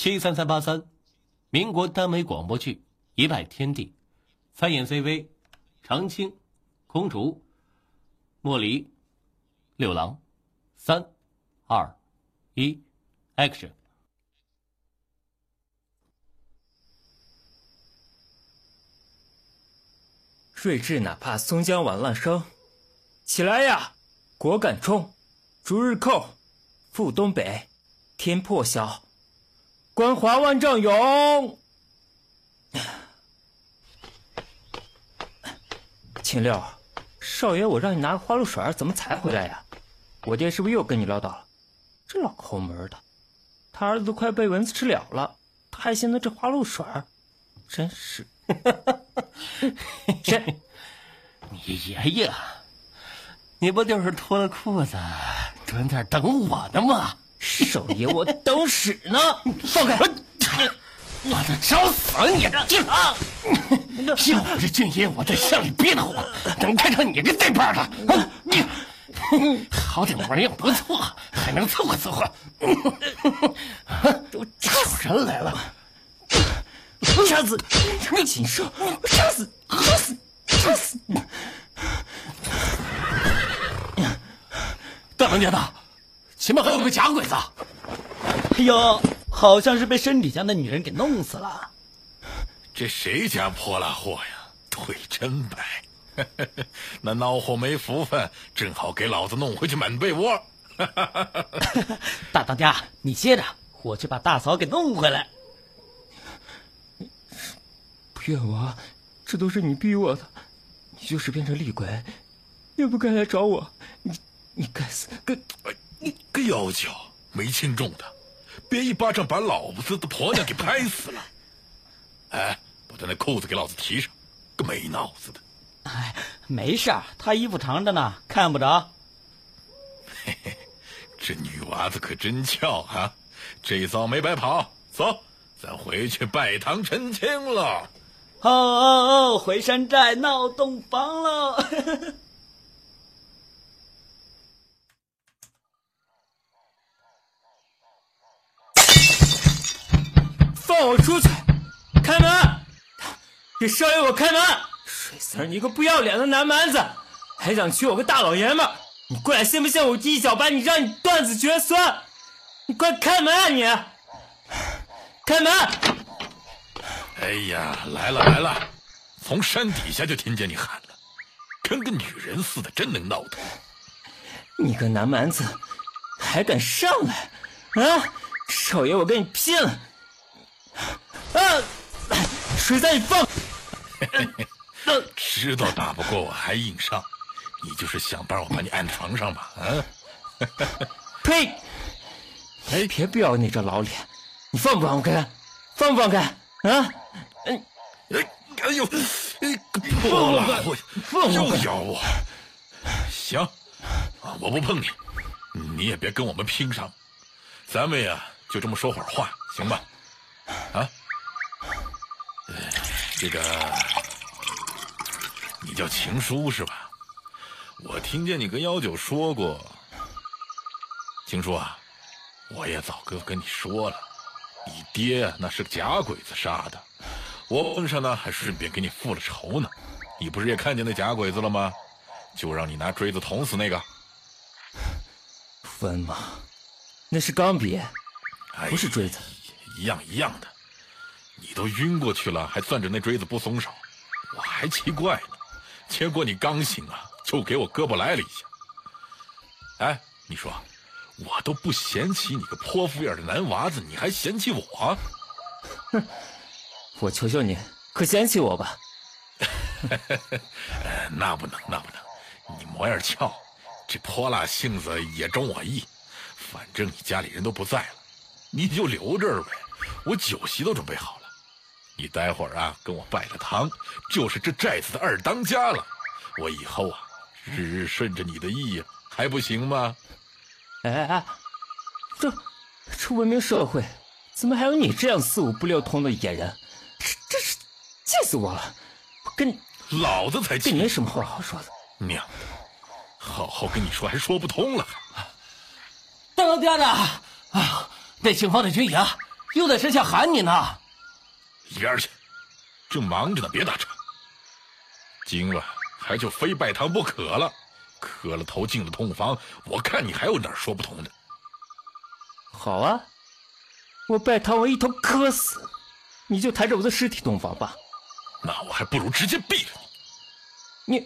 73383，民国耽美广播剧《一拜天地》，参演 CV 长青、空竹、莫离、六郎。3、2、1 ，Action！ 睿智哪怕松江晚浪生，起来呀，果敢冲！逐日寇，赴东北，天破晓，关华万丈勇！秦六，少爷我让你拿个花露水，怎么才回来呀？我爹是不是又跟你唠叨了？这老抠门的，他儿子都快被蚊子吃了了，他还嫌得这花露水，真是。 谁？你爷爷？你不就是脱了裤子蹲这儿等我的吗？ 少爷，我等屎呢！放开！ 我得找死你！要不是俊爷我在乡里憋得慌，能看上你个这般的？你好歹模样不错，还能凑合凑合。 我扎死人来了！杀死你！禽兽！杀死！杀死！杀死！ 大当家的，前面还有个假鬼子。 哎呦，好像是被身底下的女人给弄死了。 这谁家泼辣货呀？腿真白，那孬货没福分，正好给老子弄回去满被窝。 大当家，你歇着，我去把大嫂给弄回来。 不怨我，这都是你逼我的。你就是变成厉鬼，也不该来找我。你该死！ 你个妖精，没轻重的，别一巴掌把老子的婆娘给拍死了。哎，把他那裤子给老子提上，个没脑子的。 哎，没事儿，他衣服长着呢，看不着。 嘿嘿，这女娃子可真俏啊！这遭没白跑，走，咱回去拜堂成亲了。 哦，回山寨闹洞房喽！ 放我出去！开门！给少爷我开门！水三儿，你个不要脸的男蛮子，还想娶我个大老爷们儿？你过来信不信我第一脚把你让你断子绝孙？你快开门啊你！开门！ 哎呀，来了来了，从山底下就听见你喊了，跟个女人似的，真能闹腾。 你个男蛮子，还敢上来？啊！少爷我跟你拼了！啊！水三，你放！ 知道打不过我还硬上，你就是想把我把你按床上吧？啊！ 呸！哎，别不要你这老脸，你放不放我开？放不放开？啊！ 哎呦，个破辣货，又咬我！行，我不碰你，你也别跟我们拼上，咱们呀就这么说会儿话，行吧？啊，这个你叫情书是吧？我听见你跟幺九说过，情书啊，我也早跟你说了，你爹那是个假鬼子杀的，我碰上呢还顺便给你复了仇呢。你不是也看见那假鬼子了吗？就让你拿锥子捅死那个。 分吗？那是钢笔，不是锥子。 一样的，你都晕过去了，还攥着那锥子不松手，我还奇怪呢。结果你刚醒啊，就给我胳膊来了一下。哎，你说，我都不嫌弃你个泼妇样的男娃子，你还嫌弃我？ 哼，我求求你，可嫌弃我吧。 那不能，你模样俏，这泼辣性子也中我意。反正你家里人都不在了，你就留这儿呗。我酒席都准备好了，你待会儿啊跟我拜了堂，就是这寨子的二当家了。我以后啊日日顺着你的意呀，还不行吗？ 哎，这文明社会怎么还有你这样四五不六通的野人？真是气死我了！我跟你老子才气， 跟你没什么话好说的。 娘的，好好跟你说还说不通了。 大当家的啊，北青方的军爷又在身下喊你呢。 一边去，正忙着呢，别打岔。今晚还就非拜堂不可了，磕了头进了洞房，我看你还有哪儿说不通的。 好啊，我拜堂我一头磕死，你就抬着我的尸体洞房吧。 那我还不如直接毙了你。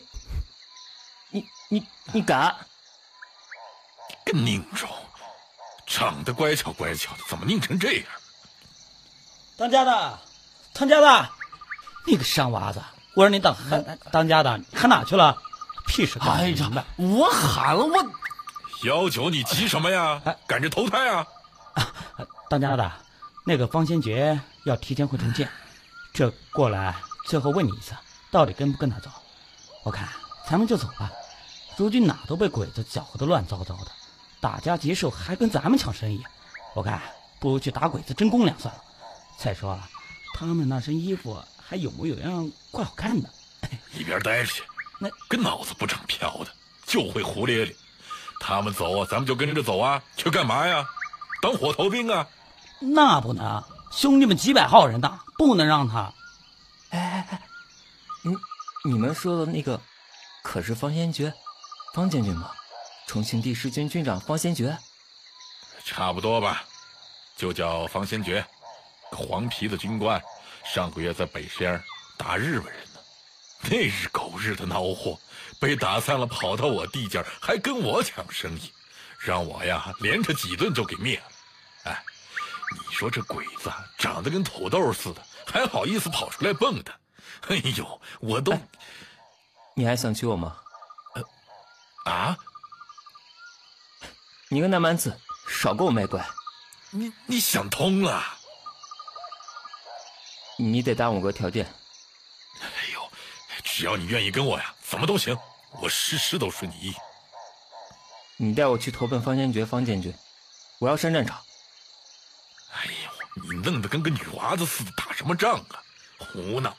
你敢？ 个宁荣，长得乖巧乖巧的，怎么拧成这样？ 当家的，当家的，你个山娃子！我让你当家的，你喊哪去了？屁事干不明白！ 我喊了我。 小九，你急什么呀？赶着投胎啊！ 当家的，那个方先觉要提前回城见，这过来最后问你一次，到底跟不跟他走？我看咱们就走吧。如今哪都被鬼子搅和得乱糟糟的，打家劫舍还跟咱们抢生意，我看不如去打鬼子争公粮算了。再说了，他们那身衣服还有模有样，怪好看的。 一边待着去， 那跟脑子不长飘的，就会胡咧咧。他们走啊，咱们就跟着走啊，去干嘛呀？当火头兵啊？ 那不能，兄弟们几百号人呢，不能让他。 哎，你们说的那个，可是方先觉？方将军吗？重庆第10军军长方先觉？ 差不多吧，就叫方先觉，个黄皮子军官，上个月在北边打日本人呢。那日狗日的孬货，被打散了，跑到我地界还跟我抢生意，让我呀连着几顿就给灭了。哎，你说这鬼子长得跟土豆似的，还好意思跑出来蹦跶？哎呦，我都…… 你还想娶我吗？ 啊！ 你个南蛮子，少给我卖乖！ 你想通了？ 你得答应我个条件。 哎呦，只要你愿意跟我呀，怎么都行，我事都顺你意。 你带我去投奔方先觉，方将军，我要上战场。 哎呦，你弄得跟个女娃子似的，打什么仗啊？胡闹！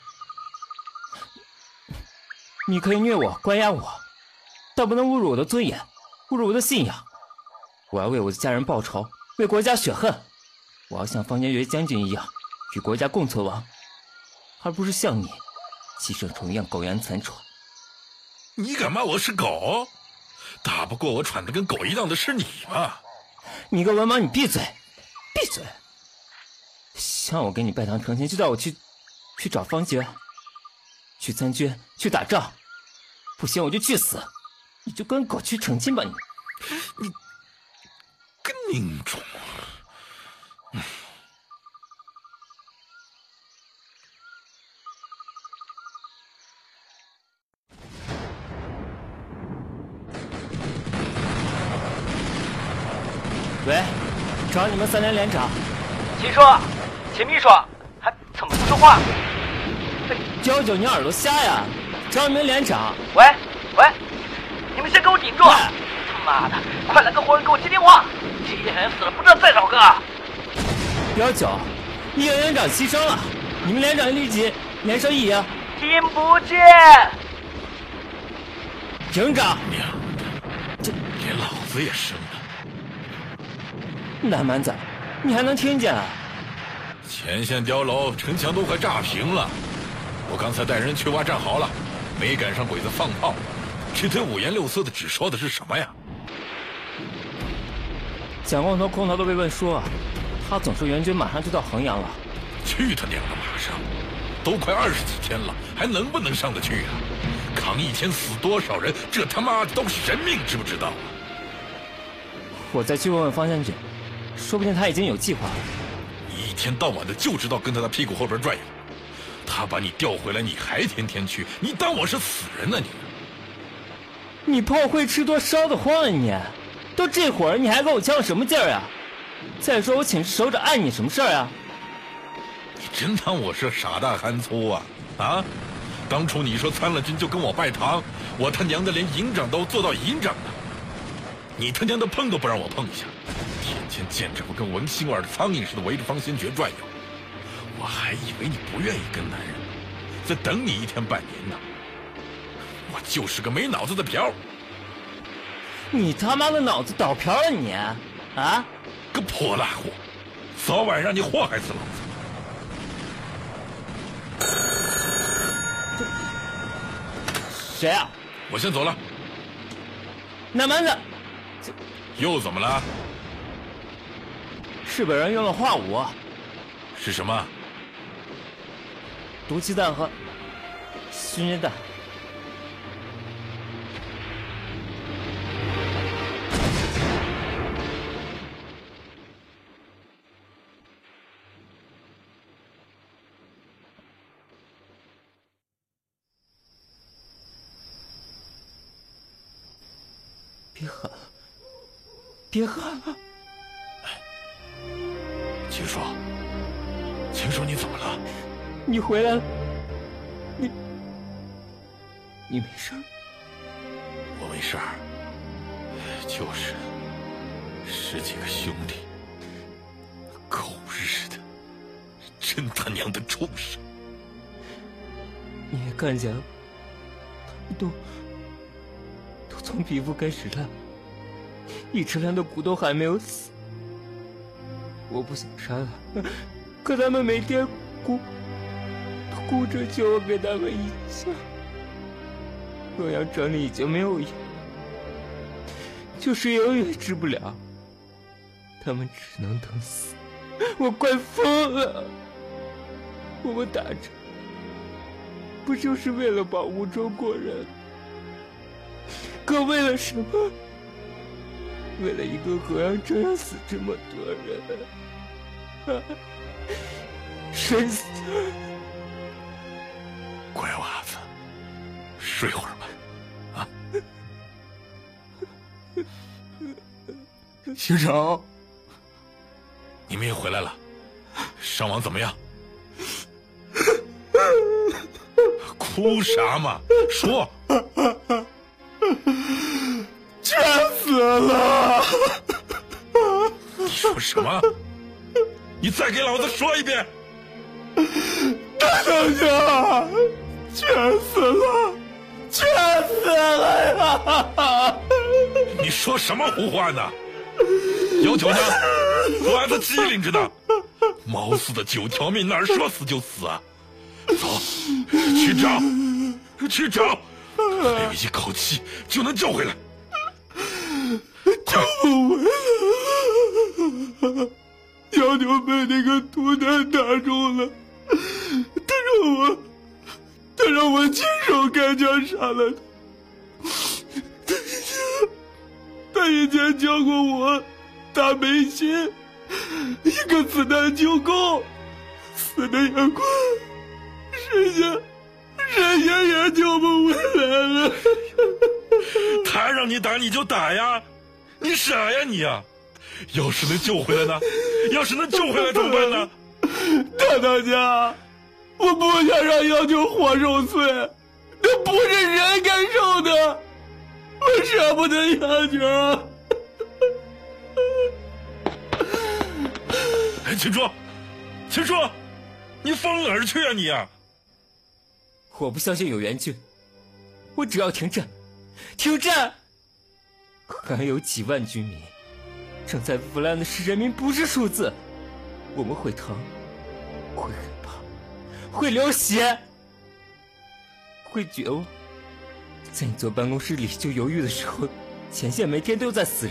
你可以虐我、关押我，但不能侮辱我的尊严，侮辱我的信仰。我要为我的家人报仇，为国家雪恨。我要像方先觉将军一样，与国家共存亡，而不是像你，寄生虫一样苟延残喘。 你敢骂我是狗？打不过我喘得跟狗一样的是你吗？ 你个文盲，你闭嘴！闭嘴！想我给你拜堂成亲，就带我去找方觉，去参军，去打仗。不行我就去死，你就跟狗去成亲吧你个宁种！ 喂，找你们3连连长。 秦说，秦秘书，还怎么不说话？ 娇娇，你耳朵瞎呀？找你们连长。 喂，你们先给我顶住！他妈的，快来个活人给我接电话！这些人死了，不知道再找个。 表九，一个连长牺牲了，你们连长立即连上一营。 听不见。 营长， 娘的，这连老子也生了。 南蛮子，你还能听见啊？ 前线碉楼、城墙都快炸平了，我刚才带人去挖战壕了，没赶上鬼子放炮。这堆五颜六色的纸说的是什么呀？ 蒋光头、空头都被问说，他总说援军马上就到衡阳了。 去他娘的马上！都快20几天了，还能不能上得去啊？扛1天死多少人，这他妈的都是人命，知不知道？ 我再去问问方将军，说不定他已经有计划了。 你一天到晚的就知道跟在他屁股后边转悠，他把你调回来，你还天天去，你当我是死人呢你？ 你炮灰吃多烧得慌啊你！都这会儿你还跟我呛什么劲儿啊？再说我请示首长碍你什么事儿啊？ 你真当我是傻大憨粗啊？啊！当初你说参了军就跟我拜堂，我他娘的连营长都做到营长了，你他娘的碰都不让我碰一下，天天见着我跟闻腥味的苍蝇似的围着方先觉转悠，我还以为你不愿意跟男人，在等你1天半年呢。我就是个没脑子的瓢。 你他妈的脑子倒瓢了你啊！ 个破烂货， 早晚让你祸害死老子！ 谁啊？ 我先走了。 南蛮子， 又怎么了？ 是被人用了化武， 是什么？ 毒气弹和熏烟弹。别喊了，别喊了！ 秦叔，秦叔，你怎么了？ 你回来了，你没事？ 我没事儿，就是十几个兄弟，狗日的，真他娘的畜生！ 你也看见了，他们都从皮肤开始烂，一直烂的骨头还没有死。我不想杀他，可他们每天哭着求我给他们一枪。洛阳城里已经没有药，就是永远治不了，他们只能等死。我快疯了！我们打仗不就是为了保护中国人？可为了什么？为了一个河阳城要死这么多人，谁死？ 乖娃子，睡会儿吧，啊！ 学长， 你们也回来了，伤亡怎么样？哭啥嘛？说。 全死了！ 你说什么？你再给老子说一遍！ 大当家，全死了，全死了呀！ 你说什么胡话呢？有酒呢？我子机灵着呢。毛似的9条命，哪儿说死就死啊？走，去找，去找，还有一口气就能救回来。 救回来了！小牛被那个毒弹打中了，他让我亲手开枪杀了他。他以前教过我打眉心，一个子弹就够，死的也快，剩下也救不回来了。 他让你打你就打呀，你傻呀你呀！要是能救回来呢？要是能救回来怎么办呢？ 大当家，我不想让妖精活受罪，那不是人该受的，我舍不得妖精。 哎，秦叔，秦叔，你疯哪儿去啊你呀？ 我不相信有援军，我只要停战，停战！还有几万军民正在腐烂的是人民，不是数字。我们会疼，会害怕，会流血，会绝望。在你坐办公室里就犹豫的时候，前线每天都在死人。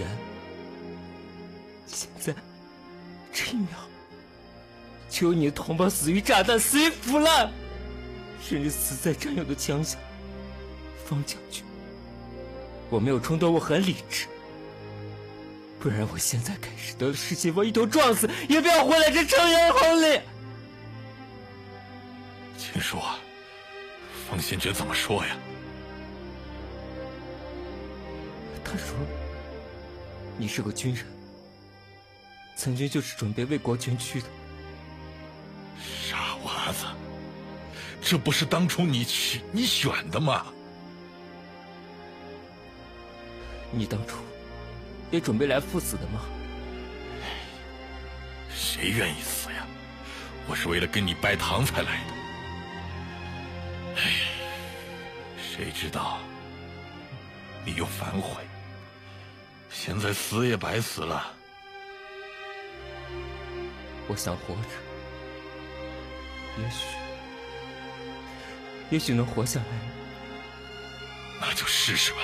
现在这一秒，就有你的同胞死于炸弹，死于腐烂，甚至死在战友的枪下。方将军，我没有冲动，我很理智。不然我现在开始得了失心疯，一头撞死也不要回来这城阳红里。 秦叔啊，方先觉怎么说呀？ 他说你是个军人，曾经就是准备为国捐躯的。 傻娃子，这不是当初你选的吗？ 你当初也准备来赴死的吗？ 谁愿意死呀？我是为了跟你拜堂才来的。哎，谁知道你又反悔，现在死也白死了。 我想活着，也许能活下来。 那就试试吧。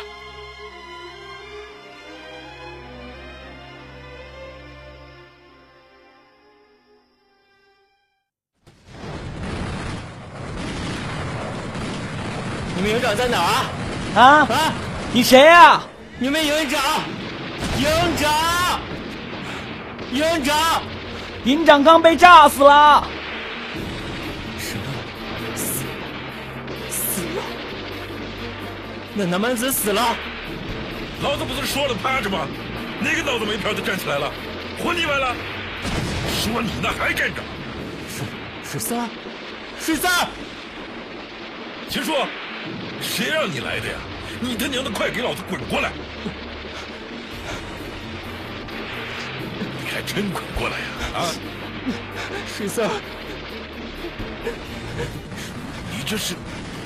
你们营长在哪儿啊？ 啊！你谁呀？ 你们营长， 营长刚被炸死了。 什么？死了？那南蛮子死了？ 老子不是说了趴着吗？哪个脑子没片的站起来了？混你们了？说你呢还站着？ 水三， 秦叔，谁让你来的呀？你他娘的快给老子滚过来！你还真滚过来呀！啊！ 水三， 你这是……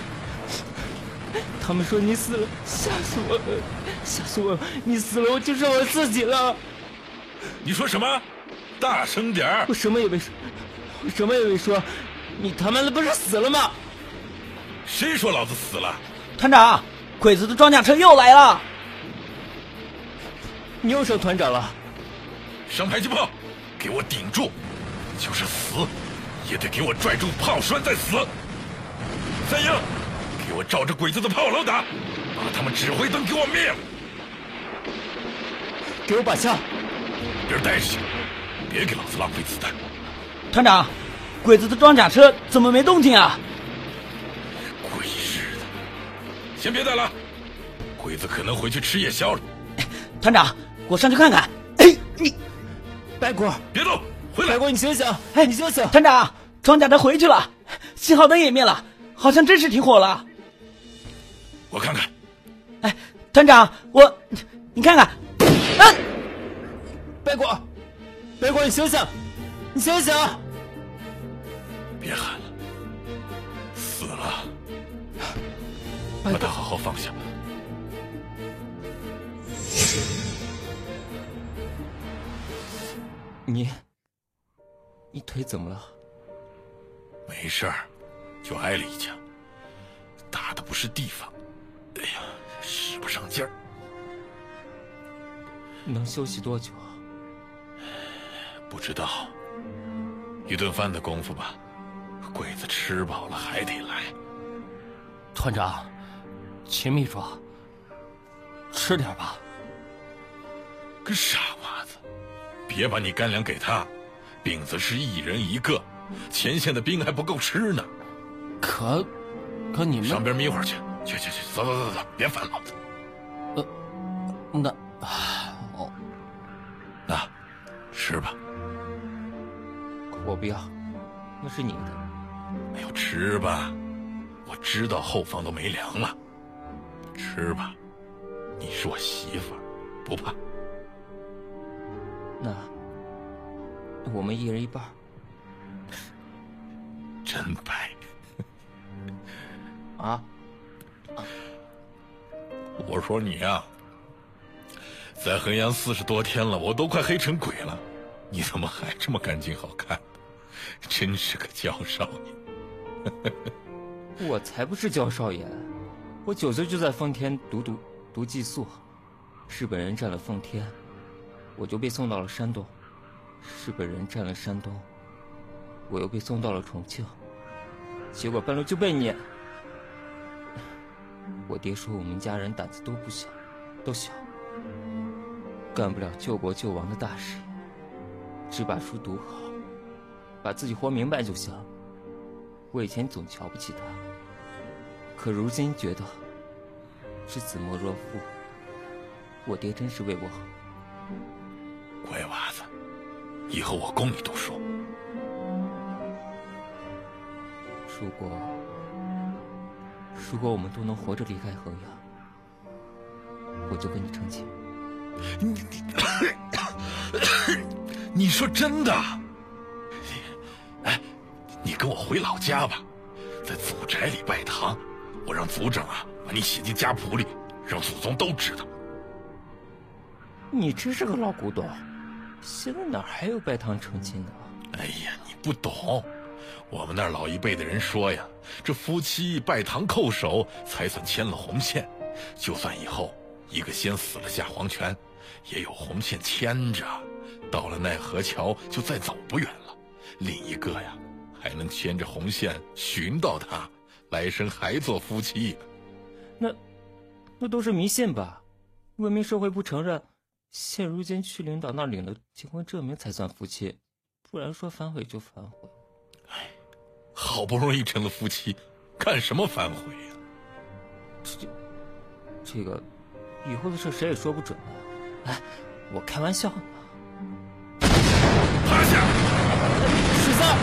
他们说你死了，吓死我了！你死了，我就剩我自己了。 你说什么？大声点儿！ 我什么也没说，你他妈的不是死了吗？ 谁说老子死了？ 团长，鬼子的装甲车又来了。 你又升团长了？ 上迫击炮，给我顶住！就是死，也得给我拽住炮栓再死。三营，给我照着鬼子的炮楼打，把他们指挥灯给我灭了。 给我把枪， 别人带着去，别给老子浪费子弹。 团长，鬼子的装甲车怎么没动静啊？ 鬼似的！先别带了，鬼子可能回去吃夜宵了。 团长，我上去看看。哎，你白果， 别动，回来！ 白果，你醒醒！ 哎， 你醒醒！ 团长，装甲车回去了，信号灯也灭了，好像真是停火了。 我看看。 哎，团长，你看看。啊！ 白果，你醒醒！你醒醒！ 别喊了，死了，把他好好放下吧。 你腿怎么了？ 没事儿，就挨了一枪，打的不是地方，哎呀，使不上劲儿。 能休息多久啊？ 不知道，一顿饭的功夫吧。鬼子吃饱了还得来。 团长，秦秘书，吃点吧。 个傻娃子，别把你干粮给他，饼子是一人一个，前线的兵还不够吃呢。 可你们上边眯会儿去，走，别烦老子。那吃吧。 我不要，那是你的。 哎呦，吃吧，我知道后方都没粮了。吃吧，你是我媳妇儿，不怕。 那我们一人一半。 真白。 啊？ 我说你呀，在衡阳40多天了，我都快黑成鬼了，你怎么还这么干净好看？真是个焦少爷。 我才不是焦少爷，我9岁就在奉天读寄宿，日本人占了奉天，我就被送到了山东，日本人占了山东，我又被送到了重庆，结果半路就被撵。我爹说我们家人胆子都小，干不了救国救亡的大事业，只把书读好，把自己活明白就行。我以前总瞧不起他，可如今觉得知子莫若父，我爹真是为我好。 乖娃子，以后我供你读书。 如果我们都能活着离开衡阳，我就跟你成亲。 你说真的？哎，你跟我回老家吧，在祖宅里拜堂，我让族长啊把你写进家谱里，让祖宗都知道。 你真是个老古董，现在哪还有拜堂成亲的？ 哎呀，你不懂，我们那儿老一辈的人说呀，这夫妻拜堂叩首才算牵了红线，就算以后一个先死了下黄泉，也有红线牵着，到了奈何桥就再走不远了。另一个呀，还能牵着红线寻到他，来生还做夫妻。 那都是迷信吧？文明社会不承认，现如今去领导那儿领了结婚证明才算夫妻，不然说反悔就反悔。 哎，好不容易成了夫妻，干什么反悔呀？ 这个以后的事谁也说不准了。哎，我开玩笑呢。 趴下！ 水三，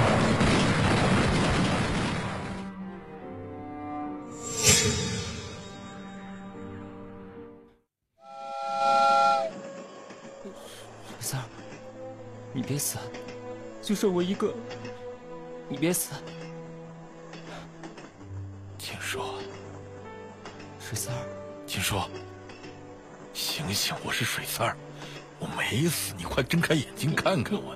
水三，你别死，就剩我一个，你别死。 金叔， 水三儿， 金叔，醒醒，我是水三儿，我没死，你快睁开眼睛看看我呢。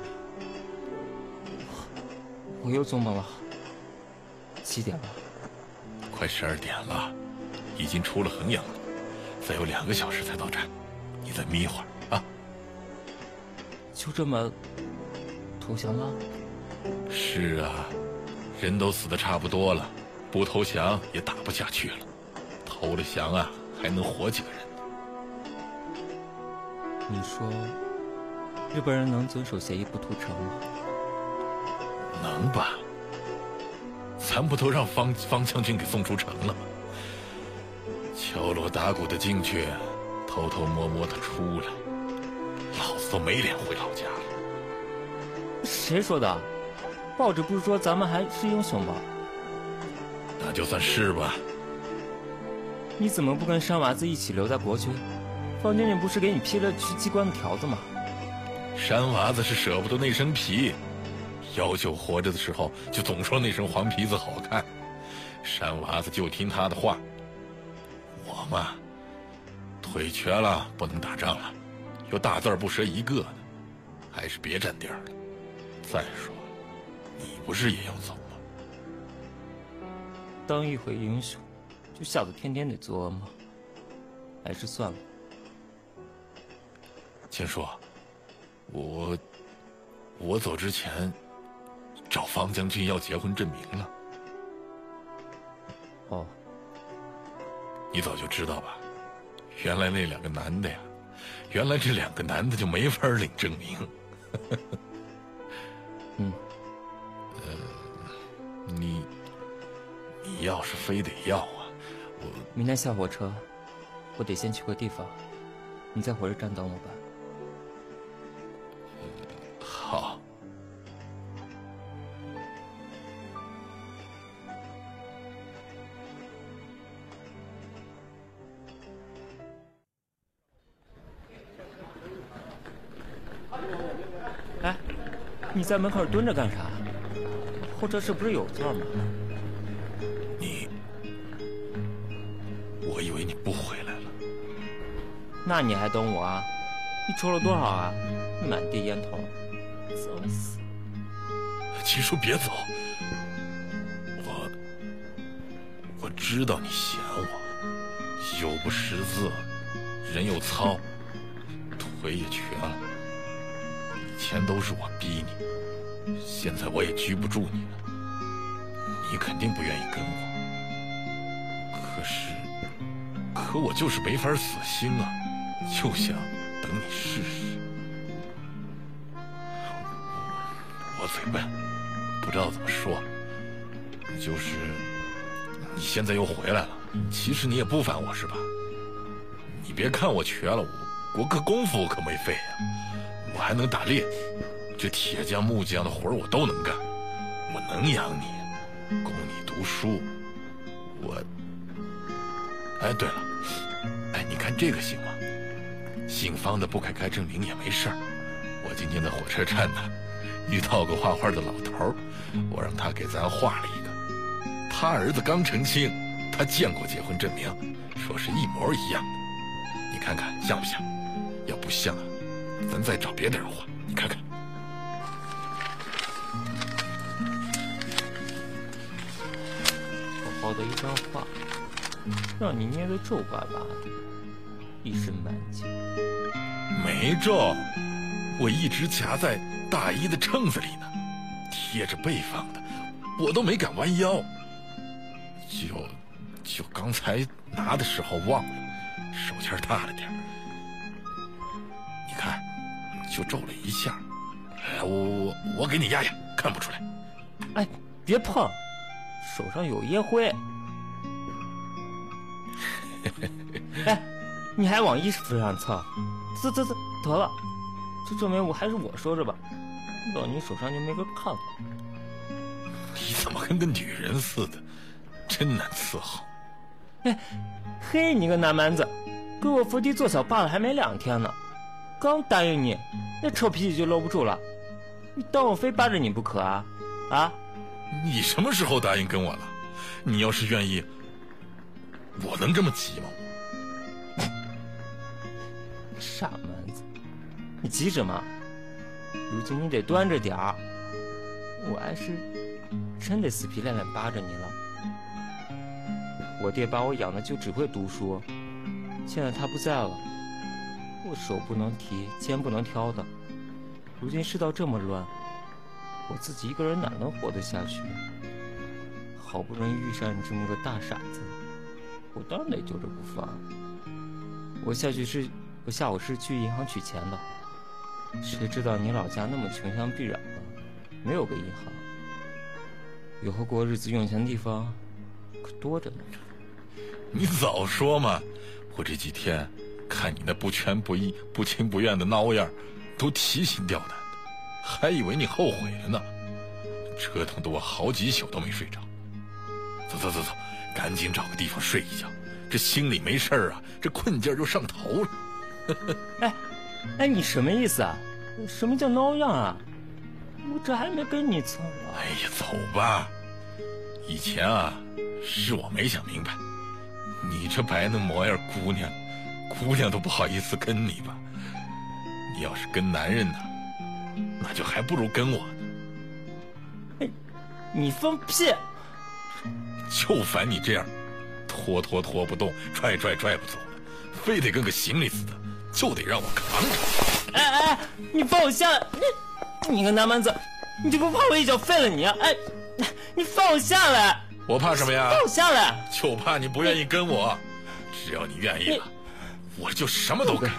我又做梦了。几点了？ 快12点了，已经出了衡阳了，再有2个小时才到站，你再眯会儿啊。 就这么投降了？ 是啊，人都死得差不多了，不投降也打不下去了，投了降啊，还能活几个人？ 你说日本人能遵守协议不屠城吗？ 能吧？咱不都让方将军给送出城了吗？敲锣打鼓的进去，偷偷摸摸的出来，老子都没脸回老家了。 谁说的？报纸不是说咱们还是英雄吗？ 那就算是吧。 你怎么不跟山娃子一起留在国军？方将军不是给你批了去机关的条子吗？ 山娃子是舍不得那身皮，要求活着的时候就总说那身黄皮子好看，山娃子就听他的话。我嘛，腿瘸了，不能打仗了，又大字不识一个的，还是别占地儿了。再说了，你不是也要走吗？ 当一回英雄，就吓得天天得做噩梦，还是算了。 金叔，我走之前找方将军要结婚证明了。 哦， 你早就知道吧？原来那2个男的呀，原来这2个男的就没法领证明。 嗯， 你要是非得要啊， 明天下火车，我得先去个地方，你在火车站等我吧。 好。 哎，你在门口蹲着干啥？候车室不是有座吗？ 我以为你不回来了。 那你还等我啊？你抽了多少啊？满地烟头，脏死！ 秦叔别走，我知道你嫌我，又不识字，人又糙，腿也瘸了。以前都是我逼你，现在我也拘不住你了，你肯定不愿意跟我。可我就是没法死心啊，就想等你试试。我嘴笨，不知道怎么说，就是你现在又回来了，其实你也不烦我是吧？你别看我瘸了，我可功夫可没废呀，我还能打猎，这铁匠木匠的活我都能干，我能养你，供你读书。哎，对了，哎，你看这个行吗？姓方的不开证明也没事儿。我今天在火车站呢，遇到个画画的老头儿，我让他给咱画了一个。他儿子刚成亲，他见过结婚证明，说是一模一样的。你看看像不像？要不像啊，咱再找别的人画，你看看。 好的一张画，让你捏得皱巴巴的，一身蛮劲。 没皱，我一直夹在大衣的衬子里呢，贴着背放的，我都没敢弯腰。就刚才拿的时候忘了，手劲大了点，你看，就皱了一下。我给你压压，看不出来。 哎，别碰，手上有烟灰。哎，你还往衣服上蹭，啧，得了，这证明还是我收着吧，到你手上就没个看法。 你怎么跟个女人似的，真难伺候。 哎，嘿，你个男蛮子，给我伏地做小罢了还没2天呢，刚答应你，那臭脾气就搂不住了。你当我非扒着你不可啊？啊？ 你什么时候答应跟我了？你要是愿意，我能这么急吗？ 傻蛮子，你急什么？如今你得端着点儿，我还是真得死皮赖脸扒着你了。我爹把我养的就只会读书，现在他不在了，我手不能提，肩不能挑的。如今世道这么乱，我自己一个人哪能活得下去？好不容易遇上你这么个大傻子，我当然得揪着不放。我下午是去银行取钱的，谁知道你老家那么穷乡僻壤的，没有个银行，以后过日子用钱的地方可多着呢。 你早说嘛！我这几天看你那不偏不倚、不情不愿的孬样，都提心吊胆的，还以为你后悔了呢。折腾得我好几宿都没睡着。走，赶紧找个地方睡一觉。这心里没事儿啊，这困劲儿就上头了。 哎，你什么意思啊？什么叫孬样啊？我这还没跟你凑呢。 哎呀，走吧。以前啊，是我没想明白，你这白嫩模样姑娘都不好意思跟你吧？你要是跟男人呢，那就还不如跟我呢。 哎，你放屁！ 就烦你这样，拖不动，拽不走的，非得跟个行李似的，就得让我扛着。 哎，你放我下来！你个男蛮子，你就不怕我一脚废了你啊？哎，你放我下来！ 我怕什么呀？ 放我下来！ 就怕你不愿意跟我。只要你愿意了，我就什么都干。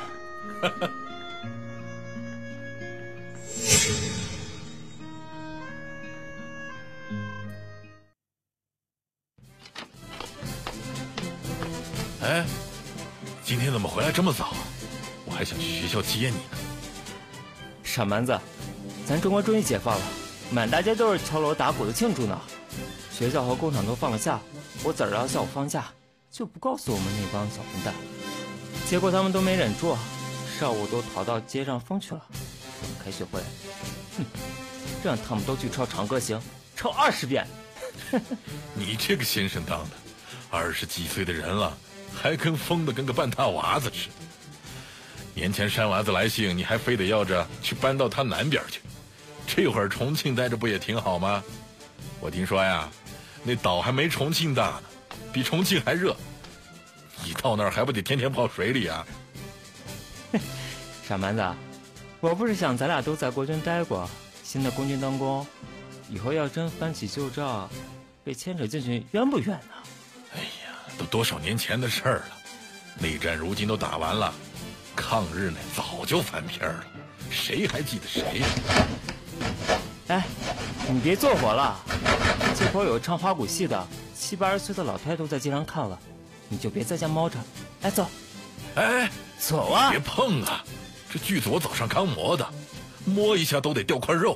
哎，今天怎么回来这么早？我还想去学校接你呢。 傻蛮子，咱中国终于解放了，满大街都是敲锣打鼓的庆祝呢。学校和工厂都放了假，我早知道下午放假，就不告诉我们那帮小混蛋。结果他们都没忍住，上午都逃到街上疯去了。开学会，让他们都去抄长歌行，抄20遍。 你这个先生当的，20几岁的人了，还跟疯的跟个半大娃子似的。年前山娃子来信，你还非得要着去搬到他南边去。这会儿重庆待着不也挺好吗？我听说呀，那岛还没重庆大呢，比重庆还热。你到那儿还不得天天泡水里啊？ 傻蛮子，我不是想咱俩都在国军待过，现在公军当工，以后要真翻起旧账，被牵扯进去冤不冤呢？ 哎呀，都多少年前的事儿了，内战如今都打完了，抗日呢早就翻篇了，谁还记得谁呀？ 哎，你别坐火了，这会儿有唱花鼓戏的，70、80岁的老太都在街上看了，你就别在家猫着。哎，走。 哎， 走啊！ 别碰啊！这锯子我早上刚磨的，摸一下都得掉块肉。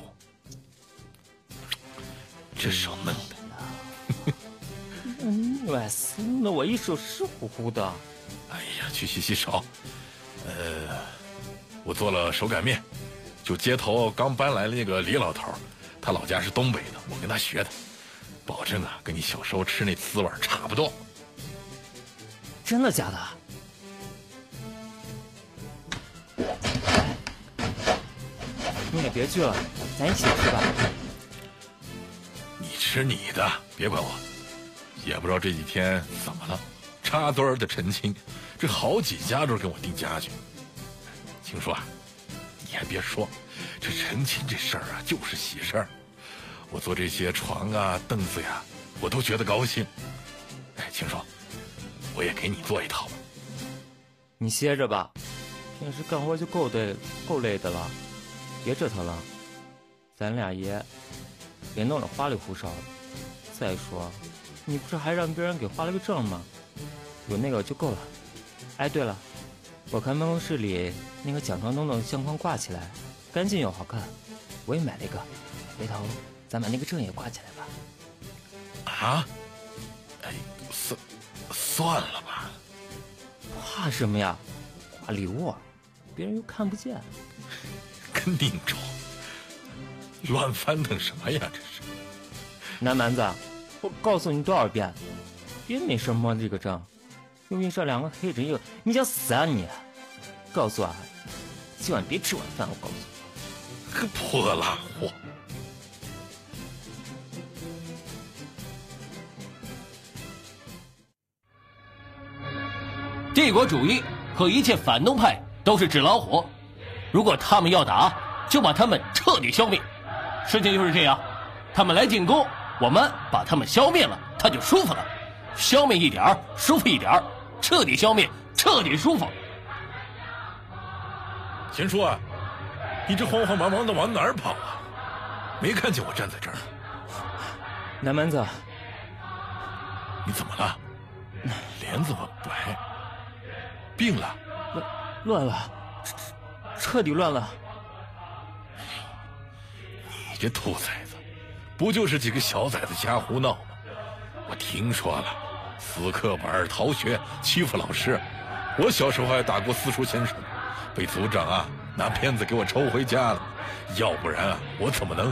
这手嫩的。 哇塞，那我一手湿乎乎的。 哎呀，去洗洗手。我做了手擀面，就街头刚搬来的那个李老头，他老家是东北的，我跟他学的，保证啊，跟你小时候吃那滋味差不多。 真的假的？你也别去了，咱一起吃吧。 你吃你的，别管我。 也不知道这几天怎么了，扎堆儿的陈亲，这好几家都跟我订家具。青叔啊，你还别说，这陈亲这事儿啊就是喜事儿。我做这些床啊凳子呀，我都觉得高兴。哎，青叔，我也给你做一套吧。 你歇着吧，平时干活就够累的了，别折腾了。咱俩爷别弄得花里胡哨的。再说，你不是还让别人给画了个证吗？有那个就够了。哎，对了，我看办公室里那个奖状灯的相框挂起来，干净又好看，我也买了一个。回头咱把那个证也挂起来吧。 啊？哎，算了吧。 怕什么呀？挂礼物，别人又看不见。 跟您说，乱翻腾什么呀？这是。 南蛮子，我告诉你多少遍，别没事摸这个证，又印上2个黑人印，你想死啊你！告诉啊，今晚别吃晚饭，我告诉你。 个破烂货！ 帝国主义和一切反动派都是纸老虎，如果他们要打，就把他们彻底消灭。事情就是这样，他们来进攻，我们把他们消灭了，他就舒服了。消灭一点儿，舒服一点儿，彻底消灭，彻底舒服。 秦叔啊，你这慌慌忙忙的往哪儿跑啊？没看见我站在这儿？ 南蛮子， 你怎么了？脸怎么白？病了？ 乱了，彻底乱了。 你这兔崽子，不就是几个小崽子瞎胡闹吗？我听说了，死课本、逃学、欺负老师。我小时候还打过私塾先生，被组长啊拿片子给我抽回家了。要不然啊，我怎么能……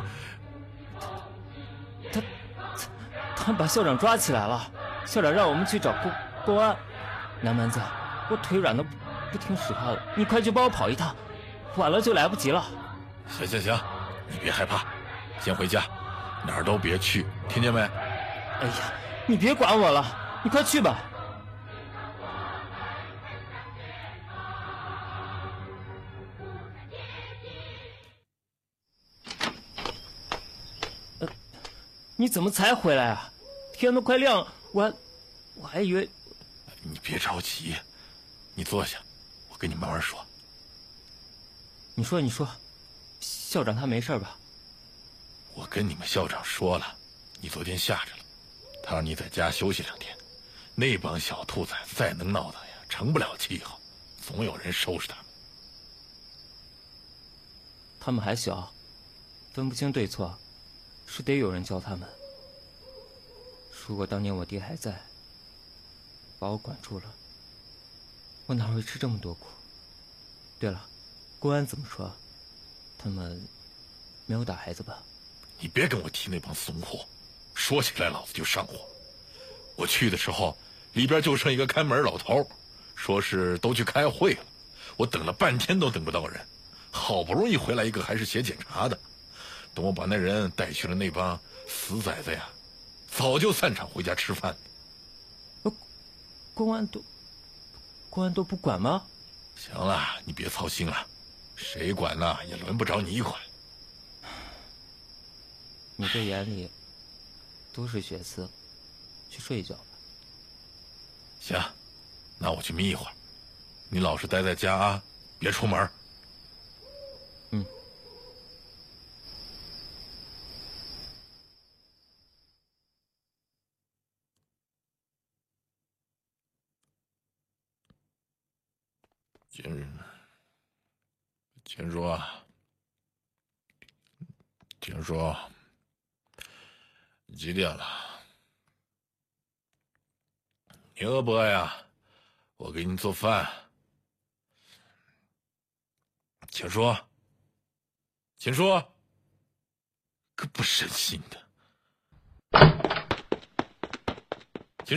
他把校长抓起来了，校长让我们去找公安。南蛮子，我腿软的不听使唤了，你快去帮我跑一趟，晚了就来不及了。 行，你别害怕，先回家，哪儿都别去，听见没？ 哎呀，你别管我了，你快去吧。你怎么才回来啊？天都快亮了，我还以为…… 你别着急，你坐下，我跟你慢慢说。 你说，校长他没事吧？ 我跟你们校长说了，你昨天吓着了，他让你在家休息2天。那帮小兔崽子再能闹腾呀，成不了气候，总有人收拾他们。 他们还小，分不清对错，是得有人教他们。如果当年我爹还在，把我管住了，我哪会吃这么多苦？对了，公安怎么说？他们没有打孩子吧？ 你别跟我提那帮怂货，说起来老子就上火。我去的时候，里边就剩一个看门老头，说是都去开会了。我等了半天都等不到人，好不容易回来一个还是写检查的。等我把那人带去了，那帮死崽子呀，早就散场回家吃饭。 公安都不管吗？ 行了，你别操心了，谁管呢也轮不着你管。 你这眼里都是血丝，去睡一觉吧。 行，那我去眯一会儿，你老实待在家啊，别出门。 嗯。 听说几点了？你饿不饿呀？我给你做饭。请说，可不省心的。请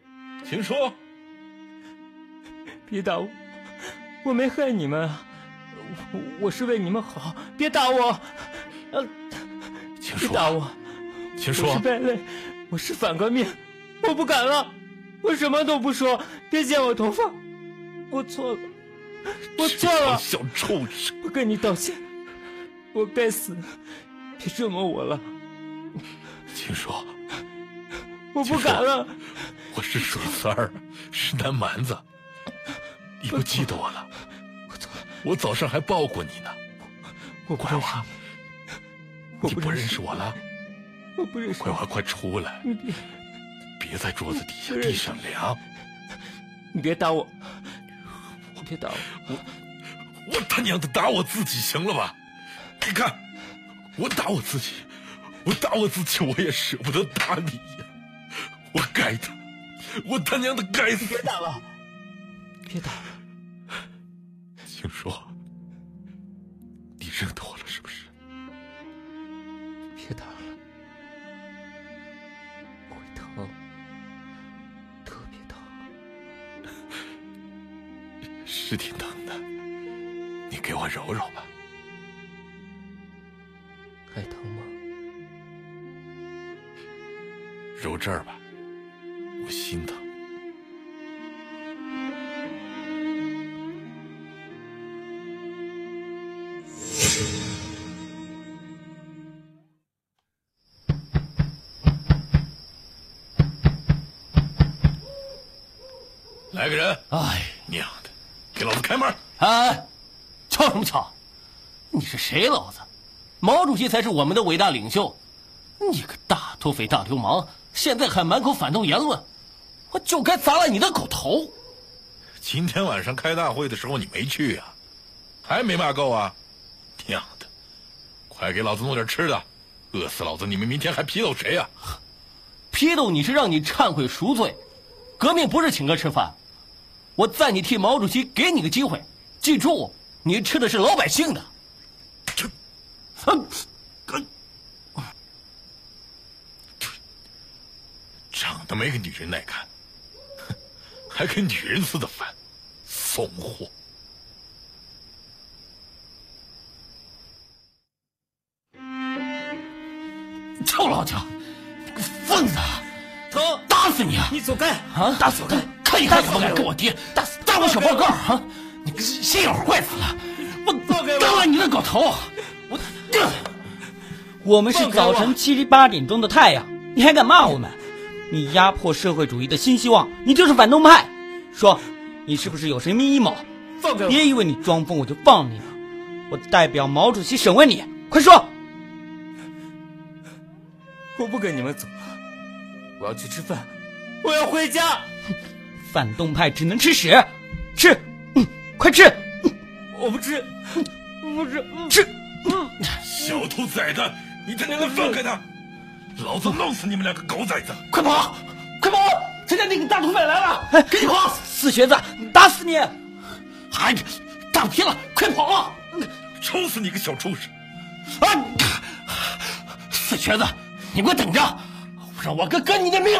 说， 别打我，我没害你们啊！ 我是为你们好，别打我！ 请说， 别打我！ 请说。 我是败类，我是反革命，我不敢了，我什么都不说，别剪我头发，我错了，我错了， 小畜生！ 我跟你道歉，我该死，别折磨我了。 请说。 我不敢了。 我是水三儿，是南蛮子，你不记得我了？ 我错了。 我早上还抱过你呢。 我不认识你， 你不认识我了？ 我不认识。 乖乖，快出来！别在桌子底下，地上凉。 你别打我，别打我！ 我他娘的打我自己，行了吧？你看，我打我自己，我也舍不得打你呀！我该的，我他娘的该死！ 别打了，别打了！ 请说，你认得我了是不是？ 别打了，会疼，特别疼。 是挺疼的，你给我揉揉吧。 还疼吗？ 揉这儿吧，我心疼。来个人！ 哎， 娘的，给老子开门！ 哎，敲什么敲？你是谁，老子？毛主席才是我们的伟大领袖。你个大土匪、大流氓，现在还满口反动言论，我就该砸了你的狗头！ 今天晚上开大会的时候你没去啊？还没骂够啊？娘的，快给老子弄点吃的，饿死老子！你们明天还批斗谁呀？ 批斗你是让你忏悔赎罪，革命不是请客吃饭。我暂你替毛主席给你个机会，记住，你吃的是老百姓的。 长得没个女人耐看，还跟女人似的烦，怂货！ 臭老姜，你个疯子！ 疼！ 打死你啊！ 你走开！ 啊！打死我！看你还敢不敢跟我爹打我小报告啊！你个心眼坏死了！我割了你的狗头！ 我们是早晨7里8点钟的太阳，你还敢骂我们？你压迫社会主义的新希望，你就是反动派。说，你是不是有什么阴谋？ 放开我！ 别以为你装疯我就放你了。我代表毛主席审问你，快说！ 我不跟你们走了，我要去吃饭，我要回家。 反动派只能吃屎，吃，快吃！ 我不吃，不吃， 吃！ 小兔崽子，你他娘的放开他！老子弄死你们两个狗崽子！ 快跑！快跑！陈家那个大土匪来了，赶紧跑！ 死瘸子，打死你！ 还打不拼了，快跑啊！ 抽死你个小畜生！ 啊！死瘸子，你给我等着，让我哥革你的命！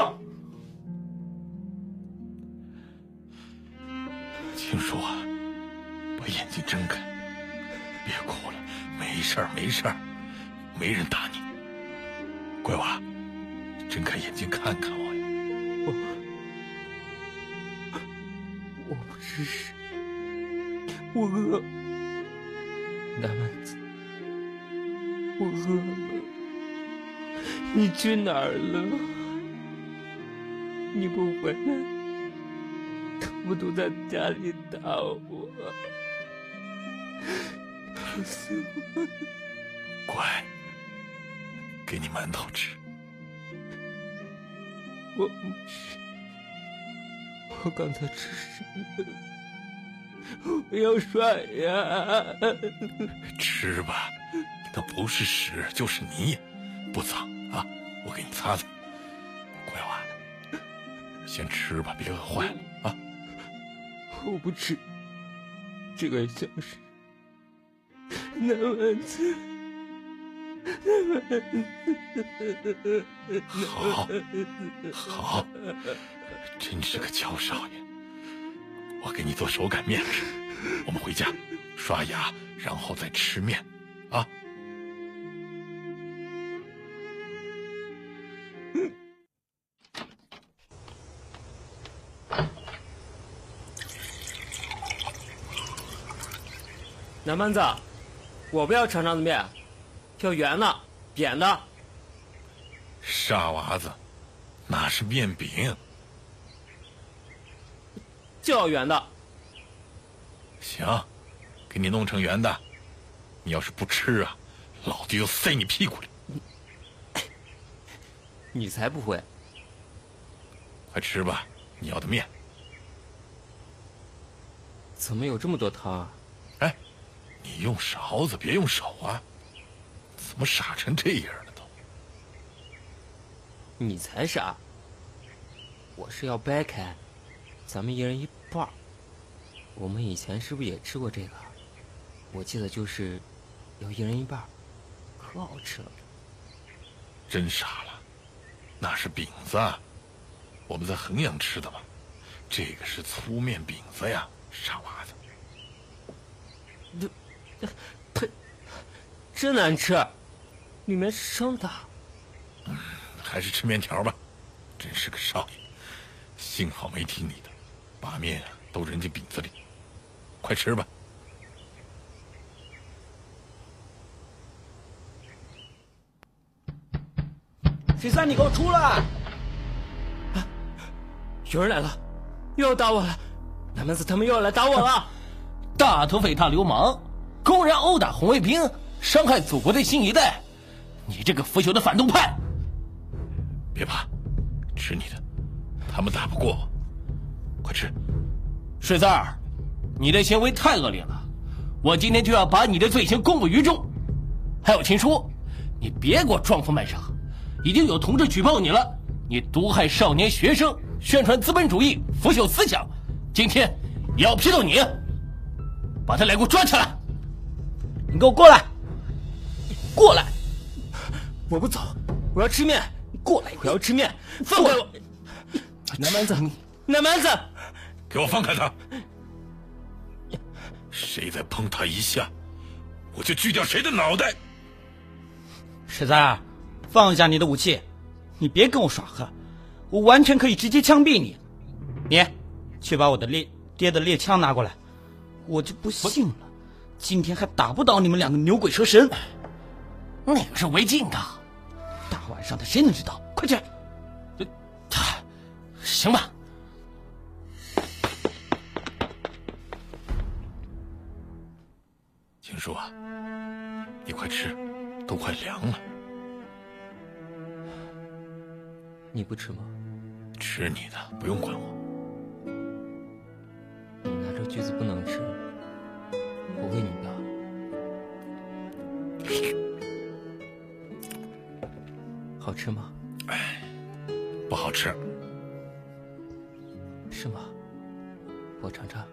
青叔啊，把眼睛睁开，别哭了，没事儿，没事儿，没人打你。乖娃，睁开眼睛看看我呀！ 我不吃屎，我饿。南蛮子，我饿了。你去哪儿了？你不回来，他们都在家里打我，疼死我了！ 乖，给你馒头吃。 我不吃，我刚才吃屎了，我要刷牙。 吃吧，那不是屎就是泥，不脏啊，我给你擦擦。乖娃，先吃吧，别饿坏了啊。 我不吃，这个像是南蛮子。 好，好，真是个娇少爷。我给你做手擀面吃，我们回家刷牙，然后再吃面，啊。 南蛮子，我不要长长的面，要圆的、扁的。 傻娃子，那是面饼。 就要圆的。 行，给你弄成圆的。你要是不吃啊，老子就塞你屁股里。 你才不会。 快吃吧，你要的面。 怎么有这么多汤啊？ 哎，你用勺子，别用手啊！怎么傻成这样了都？ 你才傻！我是要掰开，咱们一人一半。我们以前是不是也吃过这个？我记得就是要一人一半，可好吃了。 真傻了，那是饼子，我们在衡阳吃的嘛。这个是粗面饼子呀，傻娃子。 呸！真难吃，里面是生的。 还是吃面条吧，真是个少爷。幸好没听你的，把面都扔进饼子里。快吃吧。 谁三，你给我出来！ 有人来了，又要打我了！南蛮子他们又要来打我了！ 大土匪、大流氓，公然殴打红卫兵，伤害祖国的新一代！你这个腐朽的反动派！ 别怕，吃你的，他们打不过我。快吃！ 水三儿，你的行为太恶劣了，我今天就要把你的罪行公布于众。还有秦叔，你别给我装疯卖傻，已经有同志举报你了，你毒害少年学生，宣传资本主义腐朽思想，今天也要批斗你，把他俩给我抓起来！ 你给我过来！过来！ 我不走，我要吃面！ 过来！ 我要吃面！放开我！南蛮子，南蛮子， 给我放开他！谁再碰他一下，我就锯掉谁的脑袋！ 水三儿，放下你的武器，你别跟我耍横，我完全可以直接枪毙你。你去把我的爹的猎枪拿过来，我就不信了，今天还打不倒你们两个牛鬼蛇神。 那个是违禁的， 大晚上的谁能知道？快去！ 行吧。 秦叔啊，你快吃，都快凉了。 你不吃吗？ 吃你的，不用管我。 你拿着锯子不能吃，我喂你吧。好吃吗？ 不好吃。 是吗？我尝尝。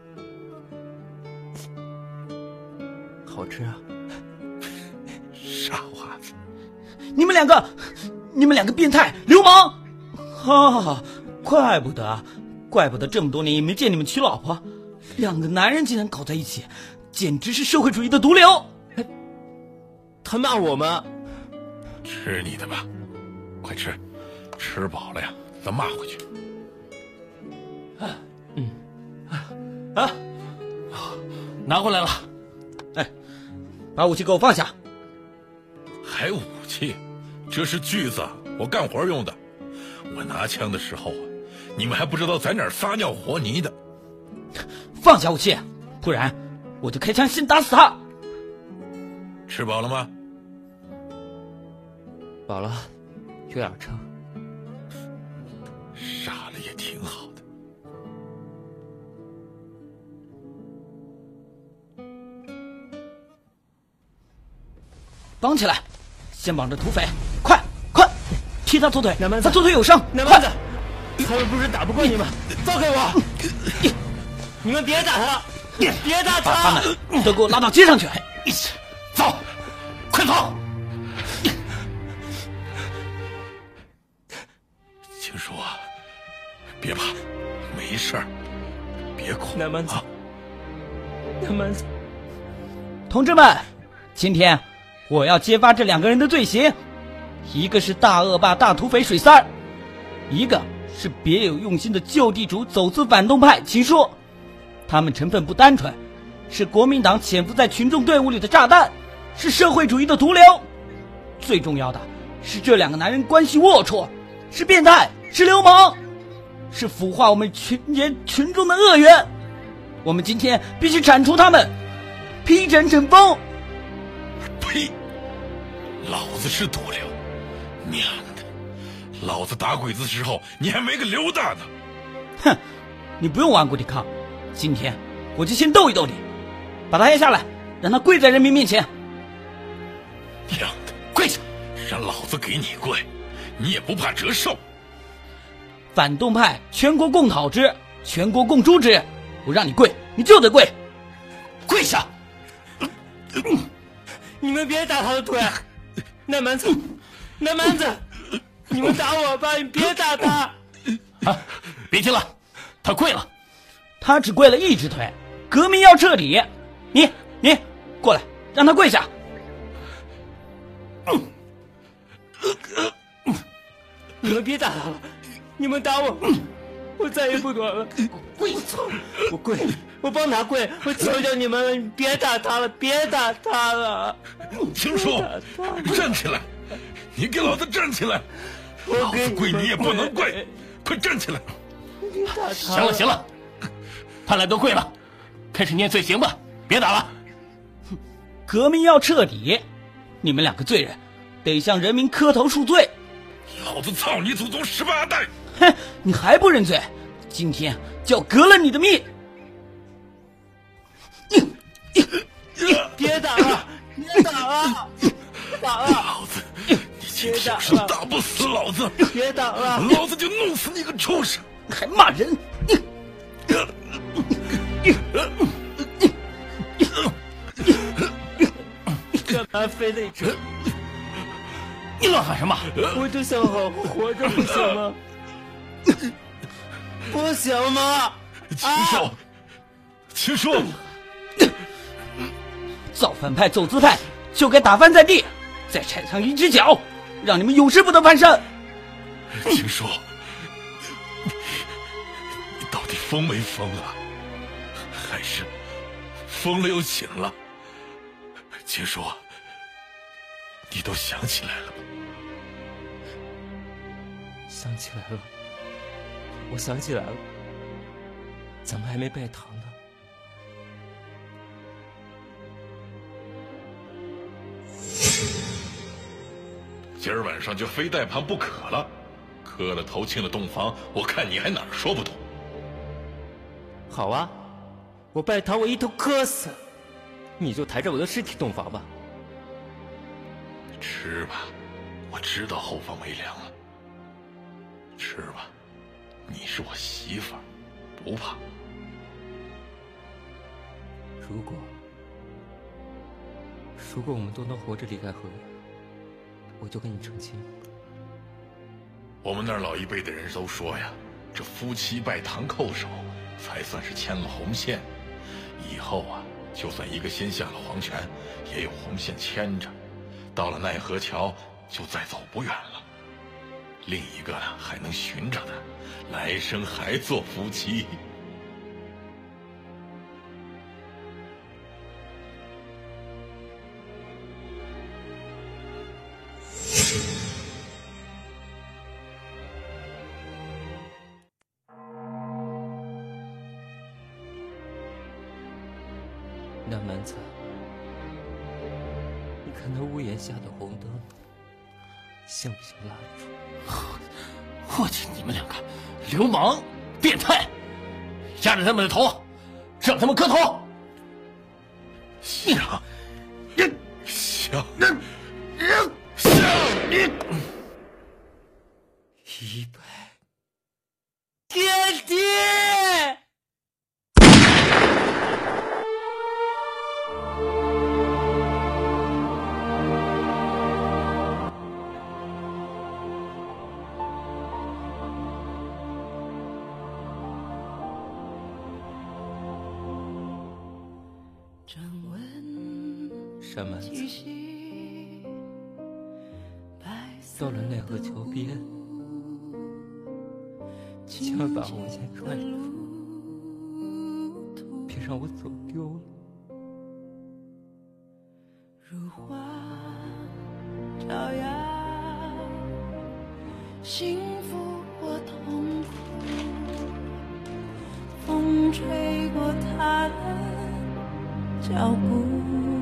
好吃啊！ 傻娃子！ 你们两个变态流氓！哈，怪不得这么多年也没见你们娶老婆，两个男人竟然搞在一起，简直是社会主义的毒瘤！ 他骂我们。 吃你的吧，快吃，吃饱了呀，再骂回去。 拿回来了。 哎，把武器给我放下。 还武器？这是锯子，我干活用的。我拿枪的时候啊，你们还不知道在哪儿撒尿和泥的。 放下武器，不然我就开枪先打死他。 吃饱了吗？ 饱了，有点撑。 傻了也挺好的。 绑起来，先绑着土匪，快，踢他左腿， 南蛮子， 他左腿有伤。 南蛮子，他们不是打不过你们，放开我！你们别打他，别打他！ 把他们都给我拉到街上去！ 走，快走！ 秦叔啊，别怕，没事儿，别哭。 南蛮子，南蛮子， 同志们，今天我要揭发这2个人的罪行，一个是大恶霸大土匪水三儿，一个是别有用心的旧地主走私反动派秦说。他们成分不单纯，是国民党潜伏在群众队伍里的炸弹，是社会主义的毒瘤。最重要的是，这2个男人关系龌龊，是变态，是流氓，是腐化我们群众的恶源。我们今天必须铲除他们，批斩整风。 呸！老子是毒瘤，娘的！老子打鬼子的时候，你还没个瘤大呢。 哼，你不用顽固抵抗，今天我就先斗一斗你，把他压下来，让他跪在人民面前。 娘的，跪下！让老子给你跪，你也不怕折寿？ 反动派全国共讨之，全国共诛之。我让你跪，你就得跪，跪下！ 你们别打他的腿，那蛮子，你们打我吧，你别打他。 啊，别听了，他跪了。 他只跪了1只腿，革命要彻底。你过来，让他跪下。 你们别打他了，你们打我，我再也不管了。我跪，我帮他跪，我求求你们了，你别打他了，别打他了。 秦叔，站起来！你给老子站起来！老子跪你也不能跪，快站起来！ 行了，他俩都跪了，开始念罪行吧，别打了。 革命要彻底，你们2个罪人得向人民磕头赎罪。 老子操你祖宗18代！ 哼，你还不认罪？今天就要革了你的命！ 别打了，别打了，打了！ 老子，你今天要是打不死老子， 别打了， 老子就弄死你个畜生！ 还骂人！ 干嘛非得这？ 你乱喊什么？ 我就想好好活着，不行吗？不行吗？ 秦叔， 造反派、走资派就该打翻在地，再踩上1只脚，让你们永世不得翻身。 秦叔，你到底疯没疯啊？还是疯了又醒了？秦叔，你都想起来了吗？ 想起来了，我想起来了，咱们还没拜堂呢。 今儿晚上就非带盘不可了，磕了头进了洞房，我看你还哪儿说不通。 好啊，我拜堂我一头磕死，你就抬着我的尸体洞房吧。 吃吧，我知道后方没粮了。吃吧，你是我媳妇儿，不怕。 如果我们都能活着离开河源，我就跟你成亲。 我们那儿老一辈的人都说呀，这夫妻拜堂叩首，才算是牵了红线。以后啊，就算一个先下了黄泉，也有红线牵着，到了奈何桥就再走不远了。另一个还能寻着的，来生还做夫妻。 那蛮子，你看那屋檐下的红灯，像不像蜡烛？ 我去，你们2个流氓变态，压着他们的头，让他们磕头。 像 100，爹爹！ 掌纹山蛮子，到了奈何桥边，千万把红线拽住，别让我走丢了。 如花照耀，幸福或痛苦，风吹过他的脚步。